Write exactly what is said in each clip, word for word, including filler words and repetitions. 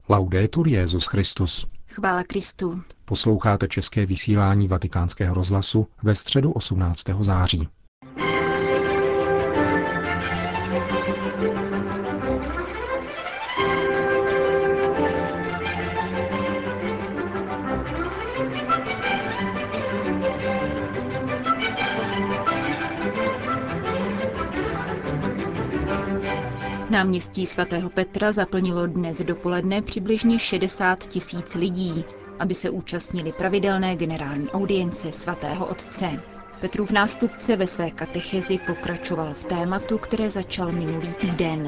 Laudetur Jesus Christus. Chvála Kristu. Posloucháte české vysílání Vatikánského rozhlasu ve středu osmnáctého září. Náměstí svatého Petra zaplnilo dnes dopoledne přibližně šedesát tisíc lidí, aby se účastnili pravidelné generální audience svatého otce. Petrův nástupce ve své katechezi pokračoval v tématu, které začal minulý týden.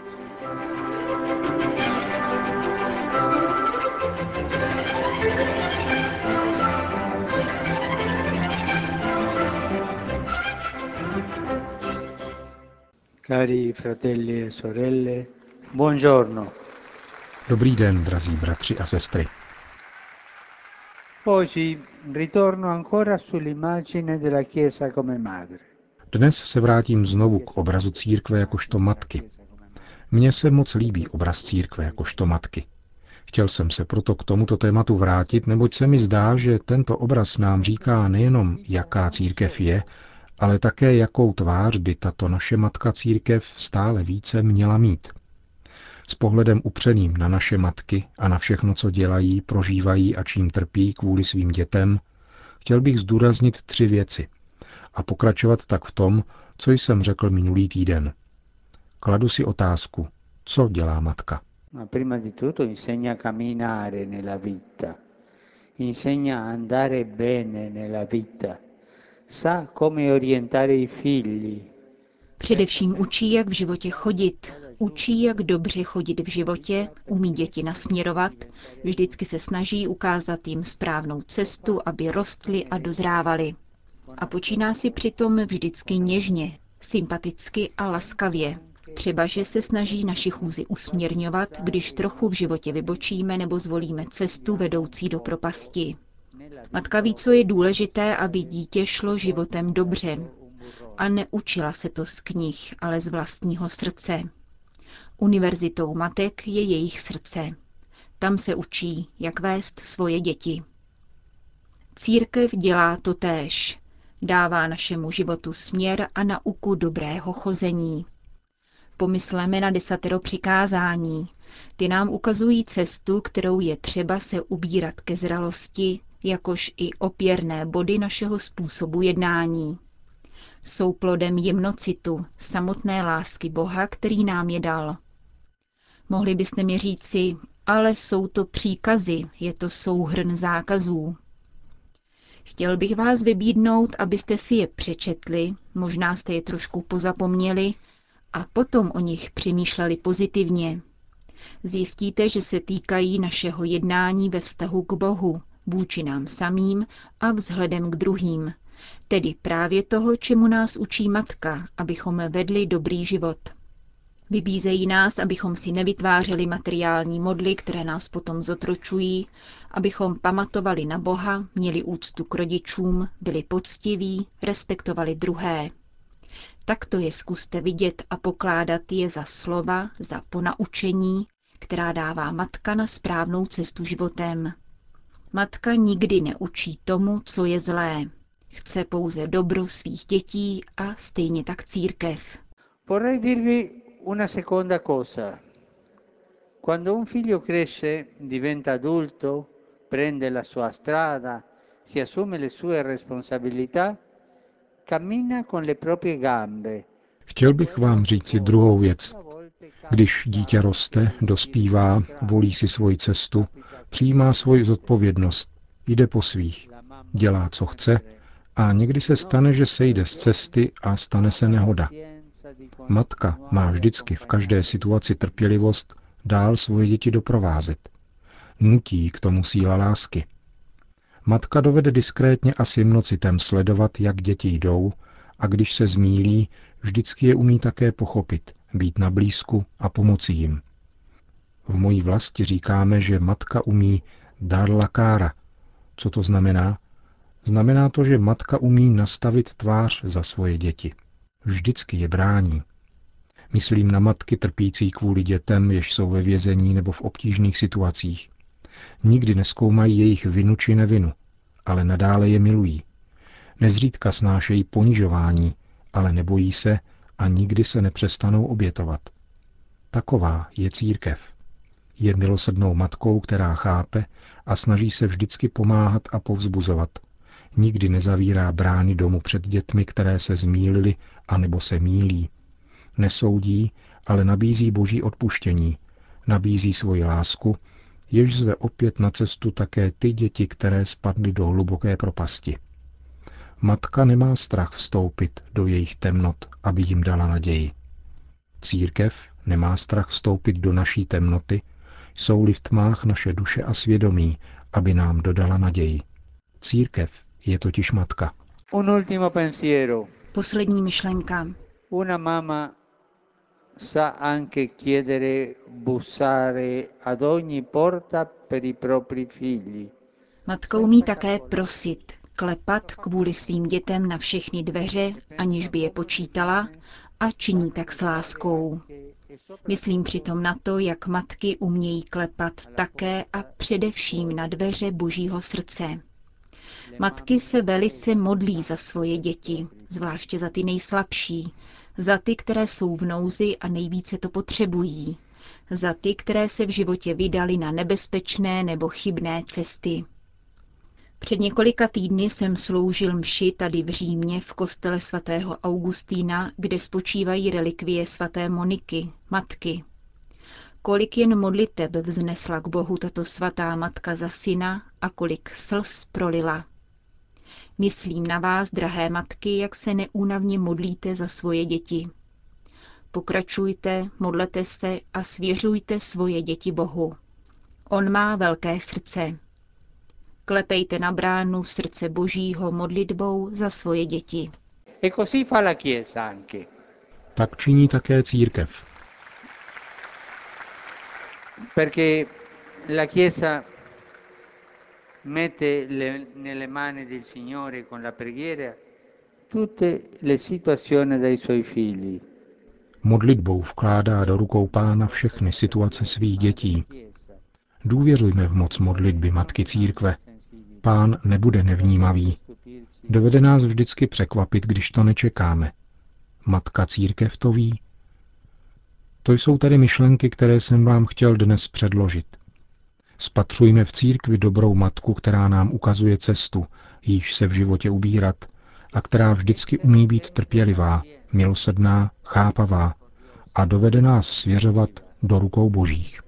Cari fratelli e sorelle, buongiorno. Dobrý den, drazí bratři a sestry. Oggi ritorno ancora sull'immagine della Chiesa come madre. Dnes se vrátím znovu k obrazu církve jakožto matky. Mně se moc líbí obraz církve jakožto matky. Chtěl jsem se proto k tomuto tématu vrátit, neboť se mi zdá, že tento obraz nám říká nejenom, jaká církev je, ale také, jakou tvář by tato naše matka církev stále více měla mít. S pohledem upřeným na naše matky a na všechno, co dělají, prožívají a čím trpí kvůli svým dětem, chtěl bych zdůraznit tři věci a pokračovat tak v tom, co jsem řekl minulý týden. Kladu si otázku, co dělá matka. Ma prima di tutto insegna a camminare nella vita, insegna a andare bene nella vita, sa come orientare i figli. Především učí, jak v životě chodit, učí, jak dobře chodit v životě, umí děti nasměrovat, vždycky se snaží ukázat jim správnou cestu, aby rostly a dozrávali. A počíná si přitom vždycky něžně, sympaticky a laskavě. Třeba, že se snaží naši chůzi usměrňovat, když trochu v životě vybočíme nebo zvolíme cestu vedoucí do propasti. Matka ví, co je důležité, aby dítě šlo životem dobře. A neučila se to z knih, ale z vlastního srdce. Univerzitou matek je jejich srdce. Tam se učí, jak vést svoje děti. Církev dělá totéž. Dává našemu životu směr a nauku dobrého chození. Pomysleme na desatero přikázání. Ty nám ukazují cestu, kterou je třeba se ubírat ke zralosti, jakož i opěrné body našeho způsobu jednání. Jsou plodem jemnocitu, samotné lásky Boha, který nám je dal. Mohli byste mi říci, ale jsou to příkazy, je to souhrn zákazů. Chtěl bych vás vybídnout, abyste si je přečetli, možná jste je trošku pozapomněli, a potom o nich přemýšleli pozitivně. Zjistíte, že se týkají našeho jednání ve vztahu k Bohu, vůči nám samým a vzhledem k druhým, tedy právě toho, čemu nás učí matka, abychom vedli dobrý život. Vybízejí nás, abychom si nevytvářeli materiální modly, které nás potom zotročují, abychom pamatovali na Boha, měli úctu k rodičům, byli poctiví, respektovali druhé. Tak to je zkuste vidět a pokládat je za slova, za ponaučení, která dává matka na správnou cestu životem. Matka nikdy neučí tomu, co je zlé. Chce pouze dobro svých dětí a stejně tak církev. Vorrei dirvi una seconda cosa. Quando un figlio cresce, diventa adulto, prende la sua strada, si assume le sue responsabilità, cammina con le proprie gambe. Chtěl bych vám říci druhou věc. Když dítě roste, dospívá, volí si svoji cestu, přijímá svoji zodpovědnost, jde po svých, dělá, co chce, a někdy se stane, že sejde z cesty a stane se nehoda. Matka má vždycky v každé situaci trpělivost dál svoje děti doprovázet. Nutí k tomu síla lásky. Matka dovede diskrétně a s jemnocitem sledovat, jak děti jdou, a když se zmýlí, vždycky je umí také pochopit, být na blízku a pomoci jim. V mojí vlasti říkáme, že matka umí dar la cara. Co to znamená? Znamená to, že matka umí nastavit tvář za svoje děti. Vždycky je brání. Myslím na matky trpící kvůli dětem, jež jsou ve vězení nebo v obtížných situacích. Nikdy nezkoumají jejich vinu či nevinu, ale nadále je milují. Nezřídka snášejí ponižování, ale nebojí se a nikdy se nepřestanou obětovat. Taková je církev. Je milosrdnou matkou, která chápe a snaží se vždycky pomáhat a povzbuzovat. Nikdy nezavírá brány domu před dětmi, které se zmýlily anebo se mýlí. Nesoudí, ale nabízí boží odpuštění. Nabízí svoji lásku, jež zve opět na cestu také ty děti, které spadly do hluboké propasti. Matka nemá strach vstoupit do jejich temnot, aby jim dala naději. Církev nemá strach vstoupit do naší temnoty, jsou-li v tmách naše duše a svědomí, aby nám dodala naději. Církev je totiž matka. Un ultimo pensiero. Poslední myšlenka. Una mamma sa anche chiedere, bussare ad ogni porta per i propri figli. Matka umí také prosit, klepat kvůli svým dětem na všechny dveře, aniž by je počítala, a činí tak s láskou. Myslím přitom na to, jak matky umějí klepat také a především na dveře Božího srdce. Matky se velice modlí za svoje děti, zvláště za ty nejslabší, za ty, které jsou v nouzi a nejvíce to potřebují, za ty, které se v životě vydali na nebezpečné nebo chybné cesty. Před několika týdny jsem sloužil mši tady v Římě v kostele svatého Augustína, kde spočívají relikvie svaté Moniky, matky. Kolik jen modliteb vznesla k Bohu tato svatá matka za syna a kolik slz prolila. Myslím na vás, drahé matky, jak se neúnavně modlíte za svoje děti. Pokračujte, modlete se a svěřujte svoje děti Bohu. On má velké srdce. Klepejte na bránu v srdce Božího modlitbou za svoje děti. E così fa la Chiesa anche. Tak činí také církev. Perché la Chiesa mette le, nelle mani del Signore con la preghiera tutte le situazioni dei suoi figli. Modlitbou vkládá do rukou Pána všechny situace svých dětí. Důvěřujme v moc modlitby Matky Církve. Pán nebude nevnímavý. Dovede nás vždycky překvapit, když to nečekáme. Matka Církev to ví. To jsou tedy myšlenky, které jsem vám chtěl dnes předložit. Spatřujme v církvi dobrou matku, která nám ukazuje cestu, jíž se v životě ubírat a která vždycky umí být trpělivá, milosrdná, chápavá a dovede nás svěřovat do rukou Božích.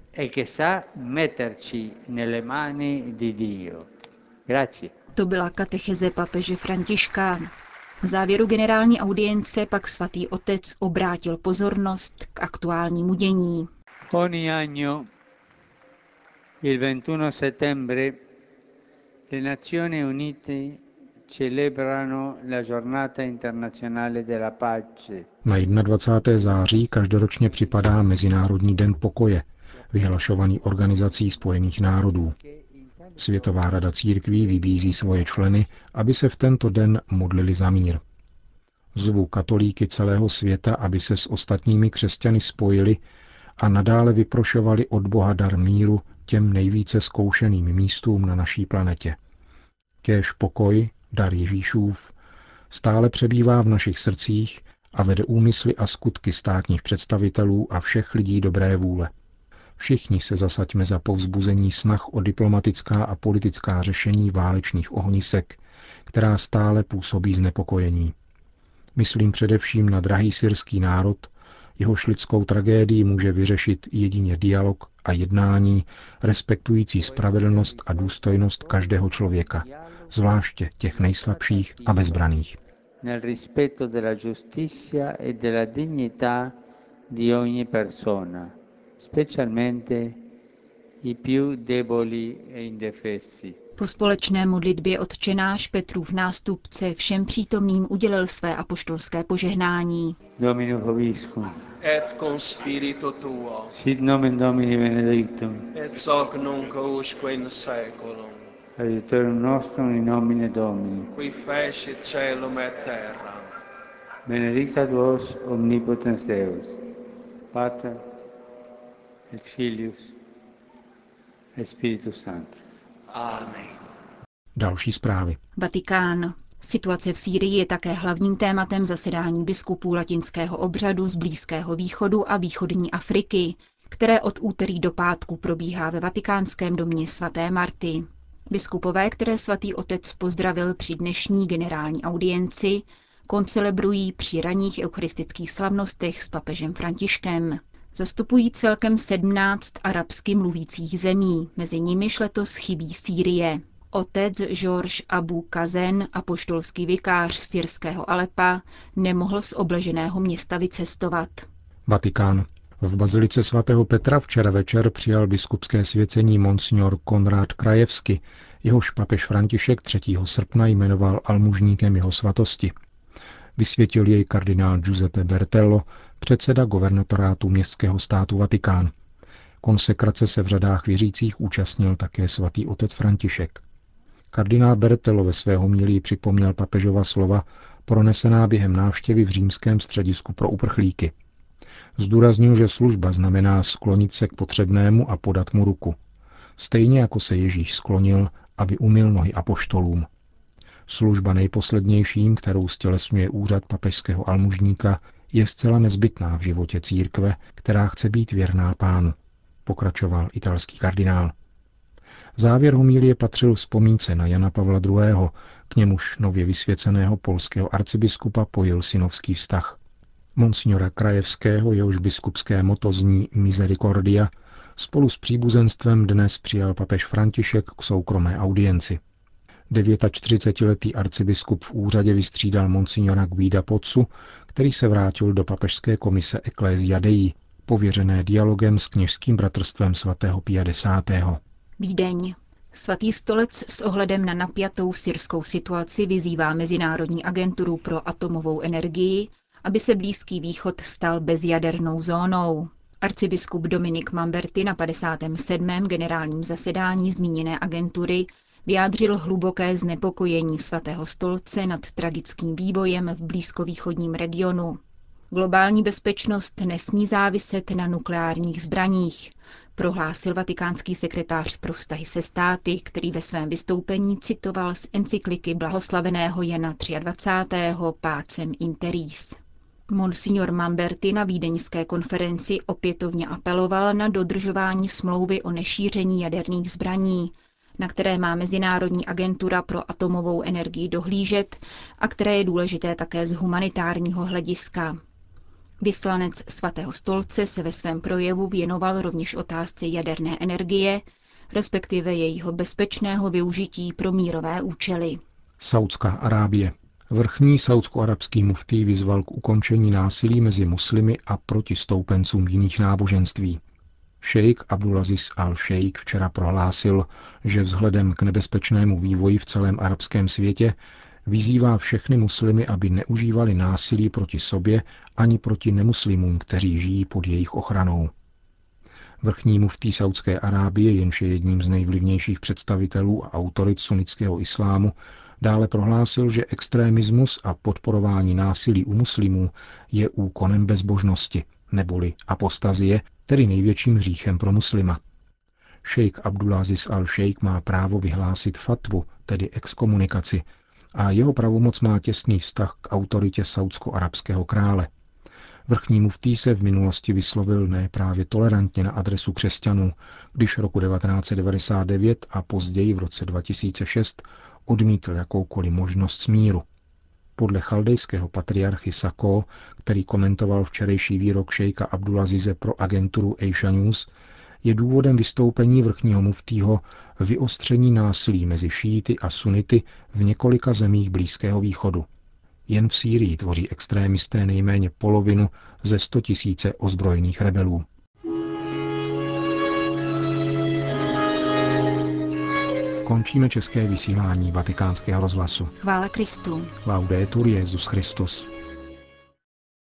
To byla katecheze papeže Františka. V závěru generální audience pak svatý otec obrátil pozornost k aktuálnímu dění. Ogni anno, il ventuno settembre, le Nazioni Unite celebrano la Giornata Internazionale della Pace. Na dvacátého prvního září každoročně připadá Mezinárodní den pokoje, vyhlašovaný Organizací spojených národů. Světová rada církví vybízí svoje členy, aby se v tento den modlili za mír. Zvu katolíky celého světa, aby se s ostatními křesťany spojili a nadále vyprošovali od Boha dar míru těm nejvíce zkoušeným místům na naší planetě. Kéž pokoj, dar Ježíšův, stále přebývá v našich srdcích a vede úmysly a skutky státních představitelů a všech lidí dobré vůle. Všichni se zasaďme za povzbuzení snah o diplomatická a politická řešení válečných ohnisek, která stále působí znepokojení. Myslím především na drahý syrský národ, jehož lidskou tragédii může vyřešit jedině dialog a jednání, respektující spravedlnost a důstojnost každého člověka, zvláště těch nejslabších a bezbraných. Nel rispetto della giustizia e della dignità di ogni persona, specialmente i più deboli e indefessi. Po společné modlitbě Otčenáš Petrův nástupce všem přítomným udělil své apoštolské požehnání. Dominus vobiscum. Et cum spiritu tuo. Sit nomen Domini benedictum. Et hoc nunc usque in saeculum. Aiutorium nostrum in nomine Domini. Qui fecit caelum et terram. Benedicat vos omnipotens Deus, Pater et Filius et Spiritus Sanctus. Amen. Další zprávy. Vatikán. Situace v Sýrii je také hlavním tématem zasedání biskupů latinského obřadu z Blízkého východu a východní Afriky, které od úterý do pátku probíhá ve vatikánském domě svaté Marty. Biskupové, které svatý otec pozdravil při dnešní generální audienci, koncelebrují při ranních eucharistických slavnostech s papežem Františkem. Zastupují celkem sedmnáct arabsky mluvících zemí, mezi nimiž letos chybí Sýrie. Otec Georges Abu Kazen, apoštolský vikář syrského Alepa, nemohl z obleženého města vycestovat. Vatikán. V bazilice svatého Petra včera večer přijal biskupské svěcení monsignor Konrád Krajevsky, jehož papež František třetího srpna jmenoval almužníkem jeho svatosti. Vysvětil jej kardinál Giuseppe Bertello, předseda guvernatorátu městského státu Vatikán. Konsekrace se v řadách věřících účastnil také svatý otec František. Kardinál Bertello ve své homilii připomněl papežova slova pronesená během návštěvy v římském středisku pro uprchlíky. Zdůraznil, že služba znamená sklonit se k potřebnému a podat mu ruku. Stejně jako se Ježíš sklonil, aby umyl nohy apoštolům. Služba nejposlednějším, kterou stělesňuje úřad papežského almužníka, je zcela nezbytná v životě církve, která chce být věrná Pánu, pokračoval italský kardinál. Závěr homilie patřil vzpomínce na Jana Pavla druhého., k němuž nově vysvěceného polského arcibiskupa pojil synovský vztah. Monsignora Krajevského, jehož biskupské motto zní Misericordia, spolu s příbuzenstvem dnes přijal papež František k soukromé audienci. čtyřicetidevětiletý arcibiskup v úřadě vystřídal monsignora Guida Pozzu, který se vrátil do papežské komise Ecclesia Dei, pověřené dialogem s kněžským bratrstvem svatého Pia desátého. Vídeň. Svatý stolec s ohledem na napjatou syrskou situaci vyzývá Mezinárodní agenturu pro atomovou energii, aby se Blízký východ stal bezjadernou zónou. Arcibiskup Dominik Mamberti na padesátém sedmém generálním zasedání zmíněné agentury vyjádřil hluboké znepokojení svatého stolce nad tragickým vývojem v blízkovýchodním regionu. Globální bezpečnost nesmí záviset na nukleárních zbraních, prohlásil vatikánský sekretář pro vztahy se státy, který ve svém vystoupení citoval z encykliky blahoslaveného Jana dvacátého třetího Pacem in Terris. Monsignor Mamberti na vídeňské konferenci opětovně apeloval na dodržování smlouvy o nešíření jaderných zbraní, na které má Mezinárodní agentura pro atomovou energii dohlížet a které je důležité také z humanitárního hlediska. Vyslanec svatého stolce se ve svém projevu věnoval rovněž otázce jaderné energie, respektive jejího bezpečného využití pro mírové účely. Saudská Arábie. Vrchní saudsko-arabský muftý vyzval k ukončení násilí mezi muslimy a proti stoupencům jiných náboženství. Šejk Abdulaziz al-Šejk včera prohlásil, že vzhledem k nebezpečnému vývoji v celém arabském světě vyzývá všechny muslimy, aby neužívali násilí proti sobě ani proti nemuslimům, kteří žijí pod jejich ochranou. Vrchní muftý Saudské Arábie, jenž je jedním z nejvlivnějších představitelů a autorit sunnického islámu, dále prohlásil, že extrémismus a podporování násilí u muslimů je úkonem bezbožnosti, neboli apostazie, tedy největším hříchem pro muslima. Šejk Abdulaziz al-Šejk má právo vyhlásit fatvu, tedy exkomunikaci, a jeho pravomoc má těsný vztah k autoritě saudsko-arabského krále. Vrchní muftý se v minulosti vyslovil ne právě tolerantně na adresu křesťanů, když roku devatenáct set devadesát devět a později v roce dva tisíce šest odmítl jakoukoliv možnost smíru. Podle chaldejského patriarchy Sako, který komentoval včerejší výrok šejka Abdulazize pro agenturu Asia News, je důvodem vystoupení vrchního muftýho vyostření násilí mezi šíity a sunity v několika zemích Blízkého východu. Jen v Sýrii tvoří extrémisté nejméně polovinu ze sto tisíce ozbrojených rebelů. Končíme české vysílání Vatikánského rozhlasu. Chvála Kristu. Laudetur Jesus Christus.